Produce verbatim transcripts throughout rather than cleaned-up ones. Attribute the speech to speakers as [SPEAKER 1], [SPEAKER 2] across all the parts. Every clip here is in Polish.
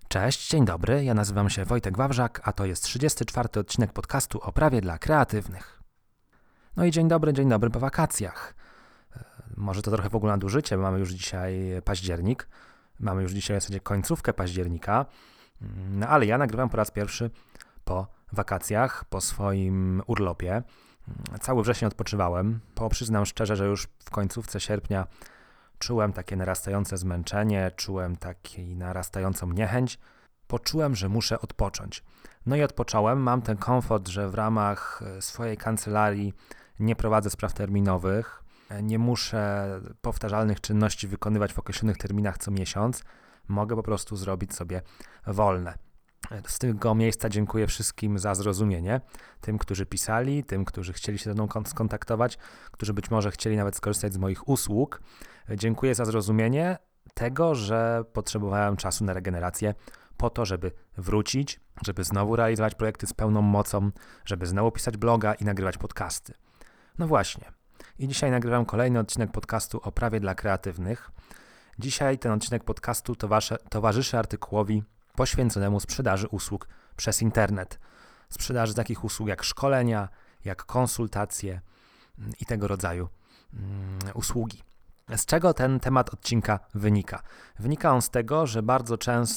[SPEAKER 1] Cześć, dzień dobry, ja nazywam się Wojtek Wawrzak, a to jest trzydziesty czwarty odcinek podcastu o prawie dla kreatywnych. No i dzień dobry, dzień dobry po wakacjach. Może to trochę w ogóle nadużycie, bo mamy już dzisiaj październik, mamy już dzisiaj w zasadzie końcówkę października, no ale ja nagrywam po raz pierwszy po wakacjach, po swoim urlopie. Cały wrzesień odpoczywałem, bo przyznam szczerze, że już w końcówce sierpnia czułem takie narastające zmęczenie, czułem taką narastającą niechęć. Poczułem, że muszę odpocząć. No i odpocząłem. Mam ten komfort, że w ramach swojej kancelarii nie prowadzę spraw terminowych, nie muszę powtarzalnych czynności wykonywać w określonych terminach co miesiąc. Mogę po prostu zrobić sobie wolne. Z tego miejsca dziękuję wszystkim za zrozumienie. Tym, którzy pisali, tym, którzy chcieli się ze mną skontaktować, którzy być może chcieli nawet skorzystać z moich usług. Dziękuję za zrozumienie tego, że potrzebowałem czasu na regenerację po to, żeby wrócić, żeby znowu realizować projekty z pełną mocą, żeby znowu pisać bloga i nagrywać podcasty. No właśnie. I dzisiaj nagrywam kolejny odcinek podcastu o prawie dla kreatywnych. Dzisiaj ten odcinek podcastu towarzyszy, towarzyszy artykułowi poświęconemu sprzedaży usług przez internet. Sprzedaży takich usług jak szkolenia, jak konsultacje i tego rodzaju mm, usługi. Z czego ten temat odcinka wynika? Wynika on z tego, że bardzo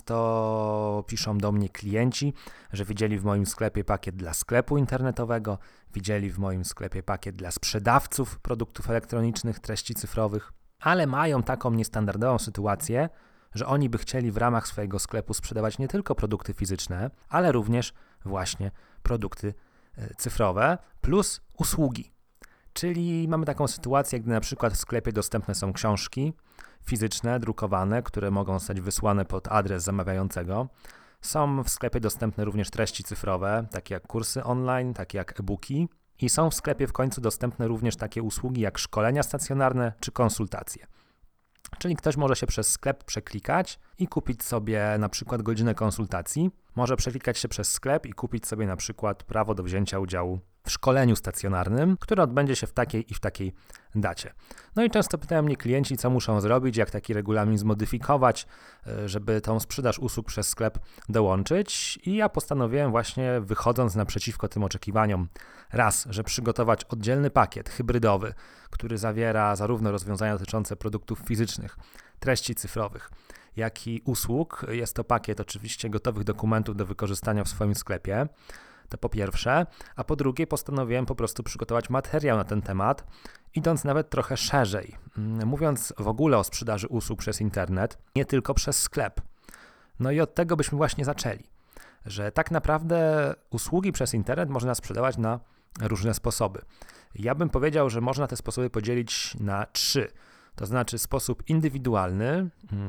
[SPEAKER 1] często piszą do mnie klienci, że widzieli w moim sklepie pakiet dla sklepu internetowego, widzieli w moim sklepie pakiet dla sprzedawców produktów elektronicznych, treści cyfrowych, ale mają taką niestandardową sytuację, że oni by chcieli w ramach swojego sklepu sprzedawać nie tylko produkty fizyczne, ale również właśnie produkty cyfrowe plus usługi. Czyli mamy taką sytuację, gdy na przykład w sklepie dostępne są książki fizyczne, drukowane, które mogą zostać wysłane pod adres zamawiającego. Są w sklepie dostępne również treści cyfrowe, takie jak kursy online, takie jak e-booki. I są w sklepie w końcu dostępne również takie usługi jak szkolenia stacjonarne czy konsultacje. Czyli ktoś może się przez sklep przeklikać i kupić sobie na przykład godzinę konsultacji. Może przeklikać się przez sklep i kupić sobie na przykład prawo do wzięcia udziału w szkoleniu stacjonarnym, które odbędzie się w takiej i w takiej dacie. No i często pytają mnie klienci, co muszą zrobić, jak taki regulamin zmodyfikować, żeby tą sprzedaż usług przez sklep dołączyć. I ja postanowiłem właśnie, wychodząc naprzeciwko tym oczekiwaniom, raz, że przygotować oddzielny pakiet hybrydowy, który zawiera zarówno rozwiązania dotyczące produktów fizycznych, treści cyfrowych, jak i usług. Jest to pakiet oczywiście gotowych dokumentów do wykorzystania w swoim sklepie. To po pierwsze, a po drugie postanowiłem po prostu przygotować materiał na ten temat, idąc nawet trochę szerzej, mówiąc w ogóle o sprzedaży usług przez internet, nie tylko przez sklep. No i od tego byśmy właśnie zaczęli, że tak naprawdę usługi przez internet można sprzedawać na różne sposoby. Ja bym powiedział, że można te sposoby podzielić na trzy. To znaczy sposób indywidualny,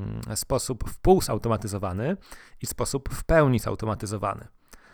[SPEAKER 1] sposób wpółzautomatyzowany i sposób w pełni zautomatyzowany.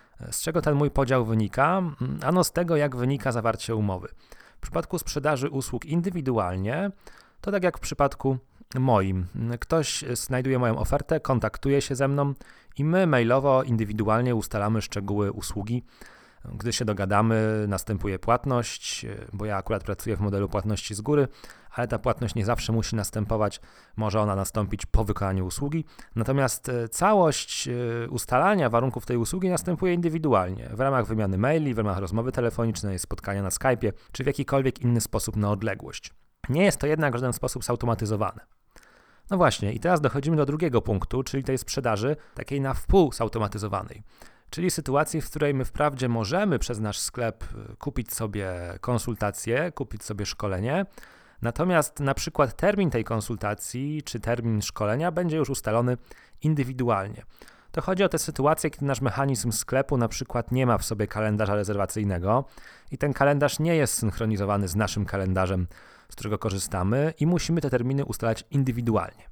[SPEAKER 1] Z czego ten mój podział wynika? Ano z tego, jak wynika zawarcie umowy. W przypadku sprzedaży usług indywidualnie, to tak jak w przypadku moim. Ktoś znajduje moją ofertę, kontaktuje się ze mną i my mailowo, indywidualnie ustalamy szczegóły usługi. Gdy się dogadamy, następuje płatność, bo ja akurat pracuję w modelu płatności z góry, ale ta płatność nie zawsze musi następować, może ona nastąpić po wykonaniu usługi. Natomiast całość ustalania warunków tej usługi następuje indywidualnie, w ramach wymiany maili, w ramach rozmowy telefonicznej, spotkania na Skype'ie, czy w jakikolwiek inny sposób na odległość. Nie jest to jednak w żaden sposób zautomatyzowane. No właśnie, i teraz dochodzimy do drugiego punktu, czyli tej sprzedaży takiej na wpół zautomatyzowanej. Czyli sytuacji, w której my wprawdzie możemy przez nasz sklep kupić sobie konsultację, kupić sobie szkolenie, natomiast na przykład termin tej konsultacji czy termin szkolenia będzie już ustalony indywidualnie. To chodzi o te sytuacje, kiedy nasz mechanizm sklepu na przykład nie ma w sobie kalendarza rezerwacyjnego i ten kalendarz nie jest synchronizowany z naszym kalendarzem, z którego korzystamy i musimy te terminy ustalać indywidualnie.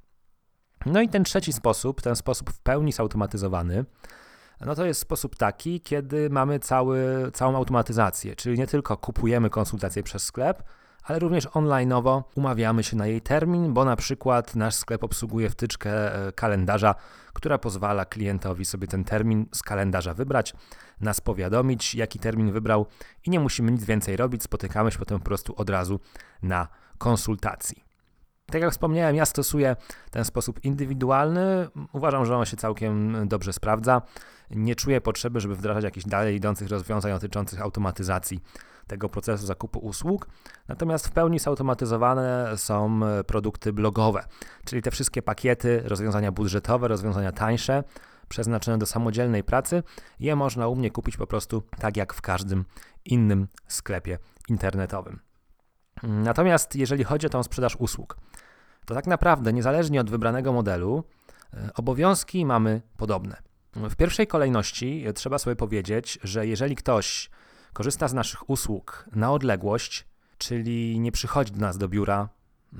[SPEAKER 1] No i ten trzeci sposób, ten sposób w pełni zautomatyzowany, no to jest sposób taki, kiedy mamy cały, całą automatyzację, czyli nie tylko kupujemy konsultację przez sklep, ale również online'owo umawiamy się na jej termin, bo na przykład nasz sklep obsługuje wtyczkę kalendarza, która pozwala klientowi sobie ten termin z kalendarza wybrać, nas powiadomić, jaki termin wybrał i nie musimy nic więcej robić, spotykamy się potem po prostu od razu na konsultacji. Tak jak wspomniałem, ja stosuję ten sposób indywidualny. Uważam, że on się całkiem dobrze sprawdza. Nie czuję potrzeby, żeby wdrażać jakichś dalej idących rozwiązań dotyczących automatyzacji tego procesu zakupu usług. Natomiast w pełni zautomatyzowane są produkty blogowe, czyli te wszystkie pakiety, rozwiązania budżetowe, rozwiązania tańsze, przeznaczone do samodzielnej pracy. Je można u mnie kupić po prostu tak jak w każdym innym sklepie internetowym. Natomiast jeżeli chodzi o tą sprzedaż usług, to tak naprawdę niezależnie od wybranego modelu, obowiązki mamy podobne. W pierwszej kolejności trzeba sobie powiedzieć, że jeżeli ktoś korzysta z naszych usług na odległość, czyli nie przychodzi do nas do biura,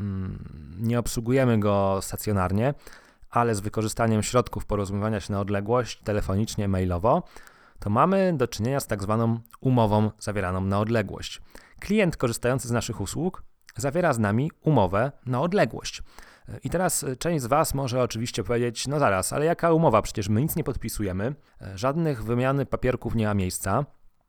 [SPEAKER 1] nie obsługujemy go stacjonarnie, ale z wykorzystaniem środków porozumiewania się na odległość, telefonicznie, mailowo, to mamy do czynienia z tak zwaną umową zawieraną na odległość. Klient korzystający z naszych usług zawiera z nami umowę na odległość. I teraz część z Was może oczywiście powiedzieć, no zaraz, ale jaka umowa? Przecież my nic nie podpisujemy, żadnych wymiany papierków nie ma miejsca.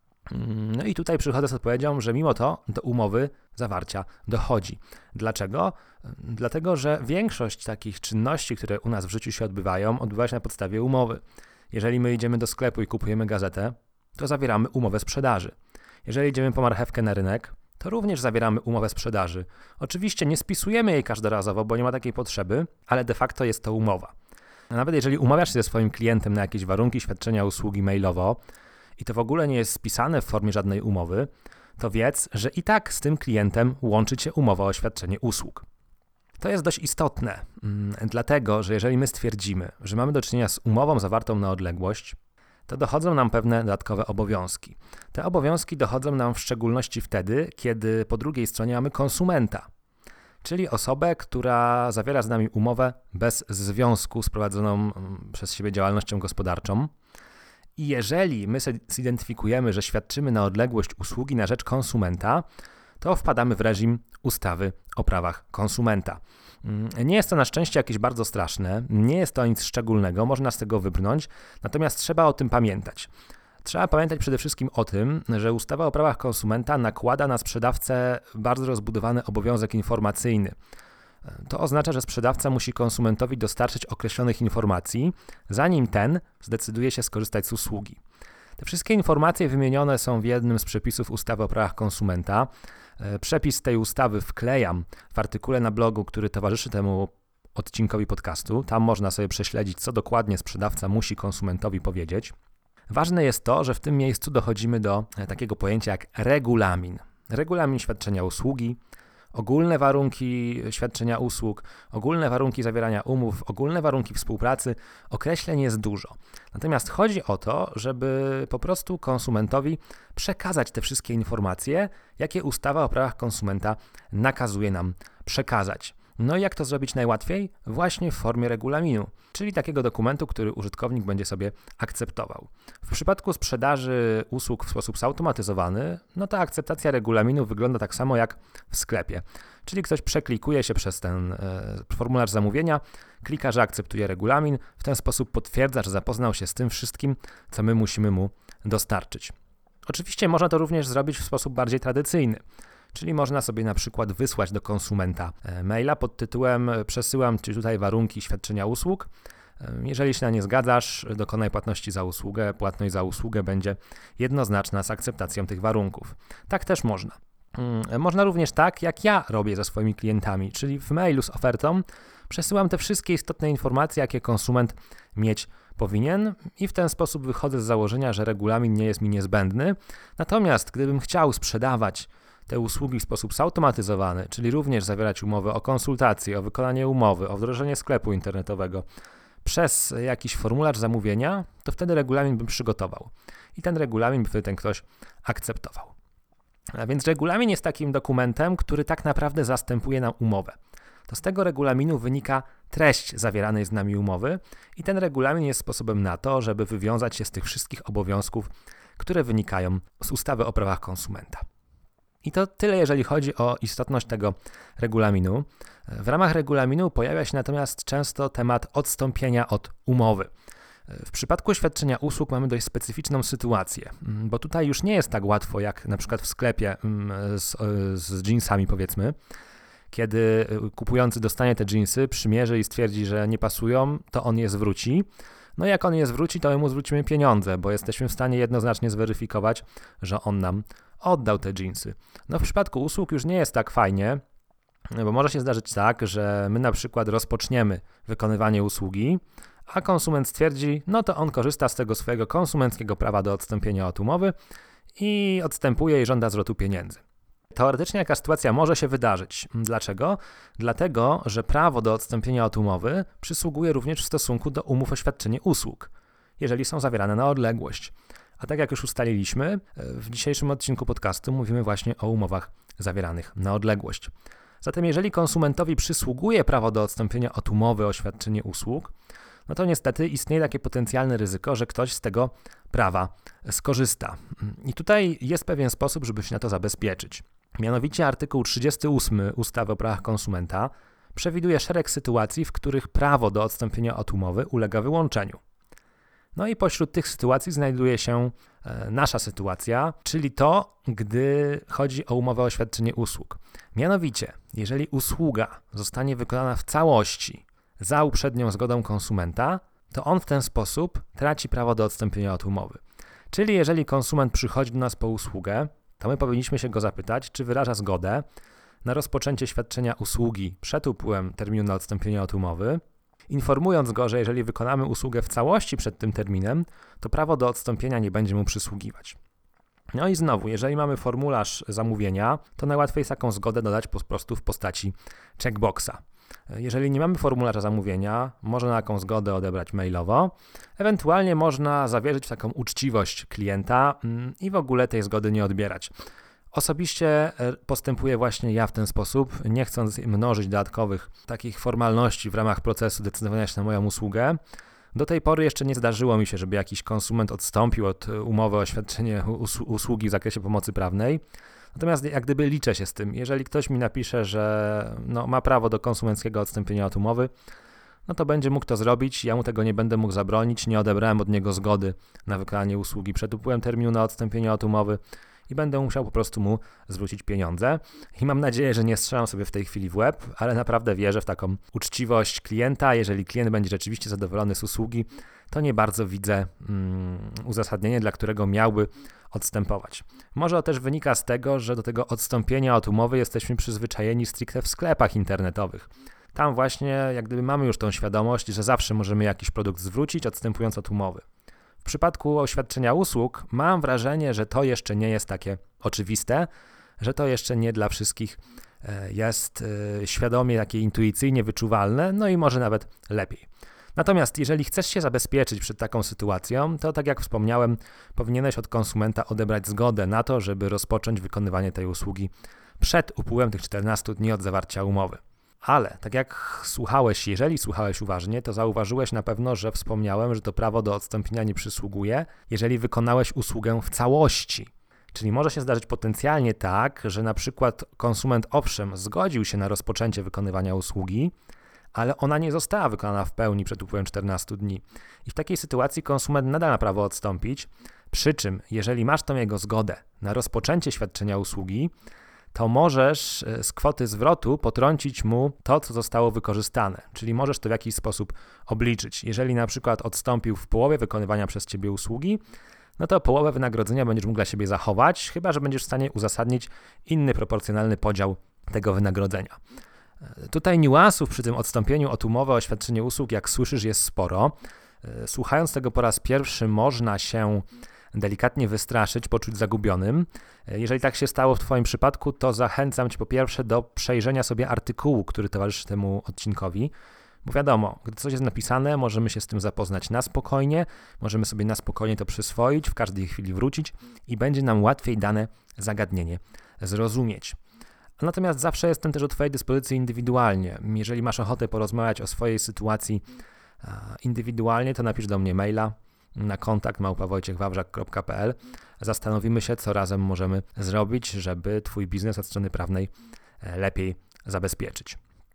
[SPEAKER 1] No i tutaj przychodzę z odpowiedzią, że mimo to do umowy zawarcia dochodzi. Dlaczego? Dlatego, że większość takich czynności, które u nas w życiu się odbywają, odbywa się na podstawie umowy. Jeżeli my idziemy do sklepu i kupujemy gazetę, to zawieramy umowę sprzedaży. Jeżeli idziemy po marchewkę na rynek, to również zawieramy umowę sprzedaży. Oczywiście nie spisujemy jej każdorazowo, bo nie ma takiej potrzeby, ale de facto jest to umowa. Nawet jeżeli umawiasz się ze swoim klientem na jakieś warunki świadczenia usługi mailowo i to w ogóle nie jest spisane w formie żadnej umowy, to wiedz, że i tak z tym klientem łączy cię umowa o świadczenie usług. To jest dość istotne, dlatego że jeżeli my stwierdzimy, że mamy do czynienia z umową zawartą na odległość, to dochodzą nam pewne dodatkowe obowiązki. Te obowiązki dochodzą nam w szczególności wtedy, kiedy po drugiej stronie mamy konsumenta, czyli osobę, która zawiera z nami umowę bez związku z prowadzoną przez siebie działalnością gospodarczą. I jeżeli my zidentyfikujemy, że świadczymy na odległość usługi na rzecz konsumenta, to wpadamy w reżim ustawy o prawach konsumenta. Nie jest to na szczęście jakieś bardzo straszne, nie jest to nic szczególnego, można z tego wybrnąć, natomiast trzeba o tym pamiętać. Trzeba pamiętać przede wszystkim o tym, że ustawa o prawach konsumenta nakłada na sprzedawcę bardzo rozbudowany obowiązek informacyjny. To oznacza, że sprzedawca musi konsumentowi dostarczyć określonych informacji, zanim ten zdecyduje się skorzystać z usługi. Te wszystkie informacje wymienione są w jednym z przepisów ustawy o prawach konsumenta. Przepis tej ustawy wklejam w artykule na blogu, który towarzyszy temu odcinkowi podcastu. Tam można sobie prześledzić, co dokładnie sprzedawca musi konsumentowi powiedzieć. Ważne jest to, że w tym miejscu dochodzimy do takiego pojęcia jak regulamin. Regulamin świadczenia usługi, ogólne warunki świadczenia usług, ogólne warunki zawierania umów, ogólne warunki współpracy. Określeń jest dużo. Natomiast chodzi o to, żeby po prostu konsumentowi przekazać te wszystkie informacje, jakie ustawa o prawach konsumenta nakazuje nam przekazać. No i jak to zrobić najłatwiej? Właśnie w formie regulaminu, czyli takiego dokumentu, który użytkownik będzie sobie akceptował. W przypadku sprzedaży usług w sposób zautomatyzowany, no to akceptacja regulaminu wygląda tak samo jak w sklepie. Czyli ktoś przeklikuje się przez ten e, formularz zamówienia, klika, że akceptuje regulamin, w ten sposób potwierdza, że zapoznał się z tym wszystkim, co my musimy mu dostarczyć. Oczywiście można to również zrobić w sposób bardziej tradycyjny. Czyli można sobie na przykład wysłać do konsumenta maila pod tytułem przesyłam Ci tutaj warunki świadczenia usług. Jeżeli się na nie zgadzasz, dokonaj płatności za usługę. Płatność za usługę będzie jednoznaczna z akceptacją tych warunków. Tak też można. Można również tak, jak ja robię ze swoimi klientami, czyli w mailu z ofertą przesyłam te wszystkie istotne informacje, jakie konsument mieć powinien i w ten sposób wychodzę z założenia, że regulamin nie jest mi niezbędny. Natomiast gdybym chciał sprzedawać te usługi w sposób zautomatyzowany, czyli również zawierać umowy o konsultację, o wykonanie umowy, o wdrożenie sklepu internetowego przez jakiś formularz zamówienia, to wtedy regulamin bym przygotował i ten regulamin by ten ktoś akceptował. A więc regulamin jest takim dokumentem, który tak naprawdę zastępuje nam umowę. To z tego regulaminu wynika treść zawieranej z nami umowy i ten regulamin jest sposobem na to, żeby wywiązać się z tych wszystkich obowiązków, które wynikają z ustawy o prawach konsumenta. I to tyle, jeżeli chodzi o istotność tego regulaminu. W ramach regulaminu pojawia się natomiast często temat odstąpienia od umowy. W przypadku świadczenia usług mamy dość specyficzną sytuację, bo tutaj już nie jest tak łatwo jak na przykład w sklepie z, z jeansami powiedzmy, Kiedy kupujący dostanie te dżinsy, przymierzy i stwierdzi, że nie pasują, to on je zwróci. No i jak on je zwróci, to my mu zwrócimy pieniądze, bo jesteśmy w stanie jednoznacznie zweryfikować, że on nam oddał te dżinsy. No w przypadku usług już nie jest tak fajnie, bo może się zdarzyć tak, że my na przykład rozpoczniemy wykonywanie usługi, a konsument stwierdzi, no to on korzysta z tego swojego konsumenckiego prawa do odstąpienia od umowy i odstępuje i żąda zwrotu pieniędzy. Teoretycznie taka sytuacja może się wydarzyć. Dlaczego? Dlatego, że prawo do odstąpienia od umowy przysługuje również w stosunku do umów o świadczenie usług, jeżeli są zawierane na odległość. A tak jak już ustaliliśmy, w dzisiejszym odcinku podcastu mówimy właśnie o umowach zawieranych na odległość. Zatem jeżeli konsumentowi przysługuje prawo do odstąpienia od umowy o świadczenie usług, no to niestety istnieje takie potencjalne ryzyko, że ktoś z tego prawa skorzysta. I tutaj jest pewien sposób, żeby się na to zabezpieczyć. Mianowicie artykuł trzydziesty ósmy ustawy o prawach konsumenta przewiduje szereg sytuacji, w których prawo do odstąpienia od umowy ulega wyłączeniu. No i pośród tych sytuacji znajduje się nasza sytuacja, czyli to, gdy chodzi o umowę o świadczenie usług. Mianowicie, jeżeli usługa zostanie wykonana w całości za uprzednią zgodą konsumenta, to on w ten sposób traci prawo do odstąpienia od umowy. Czyli jeżeli konsument przychodzi do nas po usługę, to my powinniśmy się go zapytać, czy wyraża zgodę na rozpoczęcie świadczenia usługi przed upływem terminu na odstąpienie od umowy, informując go, że jeżeli wykonamy usługę w całości przed tym terminem, to prawo do odstąpienia nie będzie mu przysługiwać. No i znowu, jeżeli mamy formularz zamówienia, to najłatwiej jest taką zgodę dodać po prostu w postaci checkboxa. Jeżeli nie mamy formularza zamówienia, można taką zgodę odebrać mailowo, ewentualnie można zawierzyć w taką uczciwość klienta i w ogóle tej zgody nie odbierać. Osobiście postępuję właśnie ja w ten sposób, nie chcąc mnożyć dodatkowych takich formalności w ramach procesu decydowania się na moją usługę. Do tej pory jeszcze nie zdarzyło mi się, żeby jakiś konsument odstąpił od umowy o świadczenie usługi w zakresie pomocy prawnej. Natomiast jak gdyby liczę się z tym. Jeżeli ktoś mi napisze, że no, ma prawo do konsumenckiego odstąpienia od umowy, no to będzie mógł to zrobić, ja mu tego nie będę mógł zabronić, nie odebrałem od niego zgody na wykonanie usługi przed upływem terminu na odstąpienie od umowy i będę musiał po prostu mu zwrócić pieniądze. I mam nadzieję, że nie strzelam sobie w tej chwili w łeb, ale naprawdę wierzę w taką uczciwość klienta. Jeżeli klient będzie rzeczywiście zadowolony z usługi, to nie bardzo widzę mm, uzasadnienie, dla którego miałby odstępować. Może to też wynika z tego, że do tego odstąpienia od umowy jesteśmy przyzwyczajeni stricte w sklepach internetowych. Tam właśnie jak gdyby mamy już tą świadomość, że zawsze możemy jakiś produkt zwrócić, odstępując od umowy. W przypadku oświadczenia usług mam wrażenie, że to jeszcze nie jest takie oczywiste, że to jeszcze nie dla wszystkich jest świadomie, takie intuicyjnie wyczuwalne, no i może nawet lepiej. Natomiast jeżeli chcesz się zabezpieczyć przed taką sytuacją, to tak jak wspomniałem, powinieneś od konsumenta odebrać zgodę na to, żeby rozpocząć wykonywanie tej usługi przed upływem tych czternastu dni od zawarcia umowy. Ale tak jak słuchałeś, jeżeli słuchałeś uważnie, to zauważyłeś na pewno, że wspomniałem, że to prawo do odstąpienia nie przysługuje, jeżeli wykonałeś usługę w całości. Czyli może się zdarzyć potencjalnie tak, że na przykład konsument owszem zgodził się na rozpoczęcie wykonywania usługi, ale ona nie została wykonana w pełni przed upływem czternastu dni. I w takiej sytuacji konsument nadal ma prawo odstąpić, przy czym jeżeli masz tą jego zgodę na rozpoczęcie świadczenia usługi, to możesz z kwoty zwrotu potrącić mu to, co zostało wykorzystane, czyli możesz to w jakiś sposób obliczyć. Jeżeli na przykład odstąpił w połowie wykonywania przez Ciebie usługi, no to połowę wynagrodzenia będziesz mógł dla siebie zachować, chyba że będziesz w stanie uzasadnić inny proporcjonalny podział tego wynagrodzenia. Tutaj niuansów przy tym odstąpieniu od umowy o świadczenie usług, jak słyszysz, jest sporo. Słuchając tego po raz pierwszy można się delikatnie wystraszyć, poczuć zagubionym. Jeżeli tak się stało w Twoim przypadku, to zachęcam Cię po pierwsze do przejrzenia sobie artykułu, który towarzyszy temu odcinkowi, bo wiadomo, gdy coś jest napisane, możemy się z tym zapoznać na spokojnie, możemy sobie na spokojnie to przyswoić, w każdej chwili wrócić i będzie nam łatwiej dane zagadnienie zrozumieć. Natomiast zawsze jestem też do Twojej dyspozycji indywidualnie. Jeżeli masz ochotę porozmawiać o swojej sytuacji indywidualnie, to napisz do mnie maila na kontakt małpa wojciech wawrzak kropka p l. Zastanowimy się, co razem możemy zrobić, żeby Twój biznes od strony prawnej lepiej zabezpieczyć.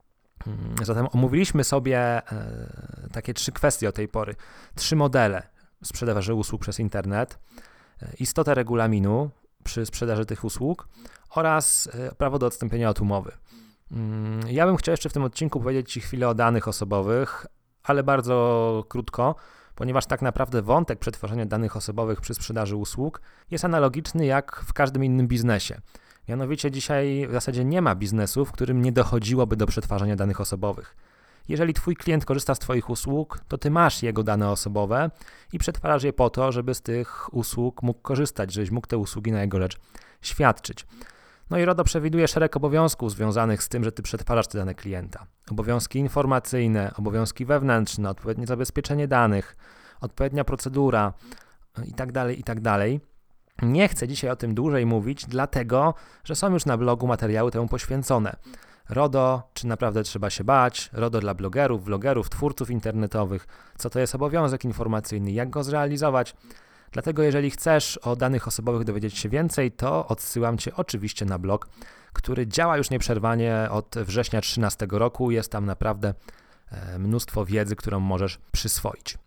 [SPEAKER 1] Zatem omówiliśmy sobie takie trzy kwestie od tej pory. Trzy modele sprzedaży usług przez internet, istotę regulaminu przy sprzedaży tych usług oraz prawo do odstąpienia od umowy. Ja bym chciał jeszcze w tym odcinku powiedzieć Ci chwilę o danych osobowych, ale bardzo krótko, ponieważ tak naprawdę wątek przetwarzania danych osobowych przy sprzedaży usług jest analogiczny jak w każdym innym biznesie. Mianowicie dzisiaj w zasadzie nie ma biznesu, w którym nie dochodziłoby do przetwarzania danych osobowych. Jeżeli Twój klient korzysta z Twoich usług, to Ty masz jego dane osobowe i przetwarzasz je po to, żeby z tych usług mógł korzystać, żebyś mógł te usługi na jego rzecz świadczyć. No i RODO przewiduje szereg obowiązków związanych z tym, że Ty przetwarzasz te dane klienta. Obowiązki informacyjne, obowiązki wewnętrzne, odpowiednie zabezpieczenie danych, odpowiednia procedura itd., itd. Nie chcę dzisiaj o tym dłużej mówić, dlatego, że są już na blogu materiały temu poświęcone. RODO, czy naprawdę trzeba się bać, RODO dla blogerów, vlogerów, twórców internetowych, co to jest obowiązek informacyjny, jak go zrealizować. Dlatego jeżeli chcesz o danych osobowych dowiedzieć się więcej, to odsyłam Cię oczywiście na blog, który działa już nieprzerwanie od września trzynastego roku. Jest tam naprawdę mnóstwo wiedzy, którą możesz przyswoić.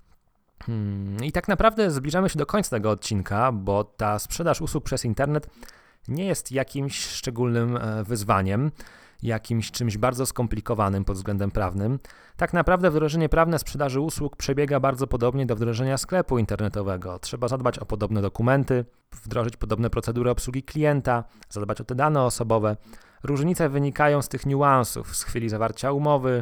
[SPEAKER 1] I tak naprawdę zbliżamy się do końca tego odcinka, bo ta sprzedaż usług przez internet nie jest jakimś szczególnym wyzwaniem, jakimś czymś bardzo skomplikowanym pod względem prawnym. Tak naprawdę wdrożenie prawne sprzedaży usług przebiega bardzo podobnie do wdrożenia sklepu internetowego. Trzeba zadbać o podobne dokumenty, wdrożyć podobne procedury obsługi klienta, zadbać o te dane osobowe. Różnice wynikają z tych niuansów, z chwili zawarcia umowy,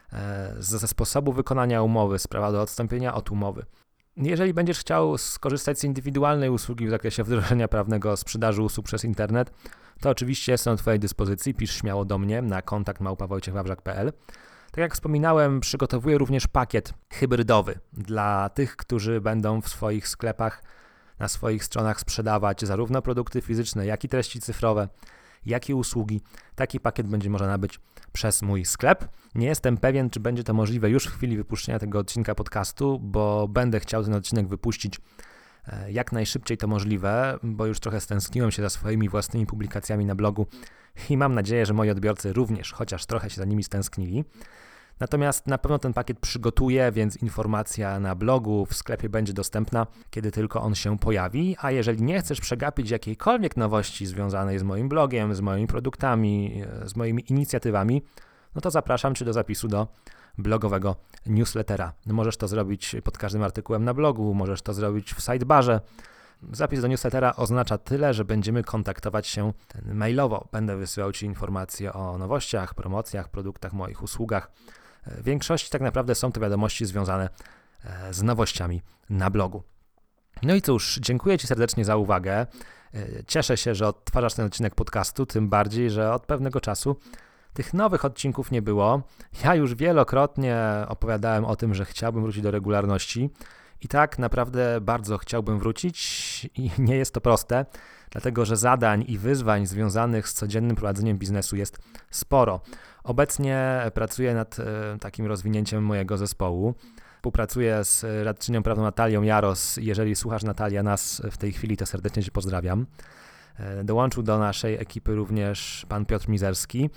[SPEAKER 1] ze sposobu wykonania umowy, z prawa do odstąpienia od umowy. Jeżeli będziesz chciał skorzystać z indywidualnej usługi w zakresie wdrożenia prawnego sprzedaży usług przez internet, to oczywiście jestem do Twojej dyspozycji, pisz śmiało do mnie na kontakt małpa wojciech wawrzak kropka p l. Tak jak wspominałem, przygotowuję również pakiet hybrydowy dla tych, którzy będą w swoich sklepach, na swoich stronach sprzedawać zarówno produkty fizyczne, jak i treści cyfrowe, jak i usługi. Taki pakiet będzie można nabyć przez mój sklep. Nie jestem pewien, czy będzie to możliwe już w chwili wypuszczenia tego odcinka podcastu, bo będę chciał ten odcinek wypuścić jak najszybciej to możliwe, bo już trochę stęskniłem się za swoimi własnymi publikacjami na blogu i mam nadzieję, że moi odbiorcy również, chociaż trochę się za nimi stęsknili. Natomiast na pewno ten pakiet przygotuję, więc informacja na blogu, w sklepie będzie dostępna, kiedy tylko on się pojawi, a jeżeli nie chcesz przegapić jakiejkolwiek nowości związanej z moim blogiem, z moimi produktami, z moimi inicjatywami, no to zapraszam Cię do zapisu do blogowego newslettera. Możesz to zrobić pod każdym artykułem na blogu, możesz to zrobić w sidebarze. Zapis do newslettera oznacza tyle, że będziemy kontaktować się mailowo. Będę wysyłał Ci informacje o nowościach, promocjach, produktach, moich usługach. W większości tak naprawdę są to wiadomości związane z nowościami na blogu. No i cóż, dziękuję Ci serdecznie za uwagę. Cieszę się, że odtwarzasz ten odcinek podcastu, tym bardziej, że od pewnego czasu tych nowych odcinków nie było. Ja już wielokrotnie opowiadałem o tym, że chciałbym wrócić do regularności i tak naprawdę bardzo chciałbym wrócić i nie jest to proste, dlatego że zadań i wyzwań związanych z codziennym prowadzeniem biznesu jest sporo. Obecnie pracuję nad takim rozwinięciem mojego zespołu. Współpracuję z radczynią prawną Natalią Jaros. Jeżeli słuchasz, Natalia, nas w tej chwili, to serdecznie Cię pozdrawiam. Dołączył do naszej ekipy również pan Piotr Mizerski,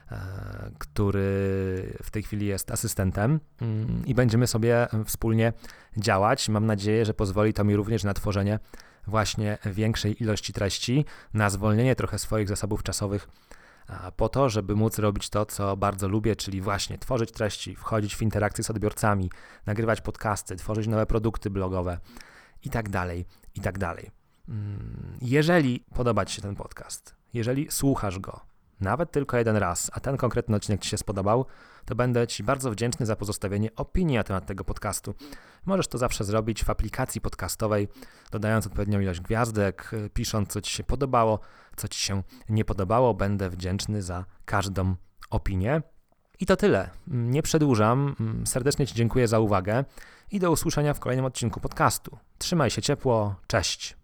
[SPEAKER 1] który w tej chwili jest asystentem i będziemy sobie wspólnie działać. Mam nadzieję, że pozwoli to mi również na tworzenie właśnie większej ilości treści, na zwolnienie trochę swoich zasobów czasowych po to, żeby móc robić to, co bardzo lubię, czyli właśnie tworzyć treści, wchodzić w interakcje z odbiorcami, nagrywać podcasty, tworzyć nowe produkty blogowe i tak dalej, i tak dalej. Jeżeli podoba Ci się ten podcast, jeżeli słuchasz go nawet tylko jeden raz, a ten konkretny odcinek Ci się spodobał, to będę Ci bardzo wdzięczny za pozostawienie opinii na temat tego podcastu. Możesz to zawsze zrobić w aplikacji podcastowej, dodając odpowiednią ilość gwiazdek, pisząc, co Ci się podobało, co Ci się nie podobało. Będę wdzięczny za każdą opinię. I to tyle. Nie przedłużam. Serdecznie Ci dziękuję za uwagę i do usłyszenia w kolejnym odcinku podcastu. Trzymaj się ciepło. Cześć.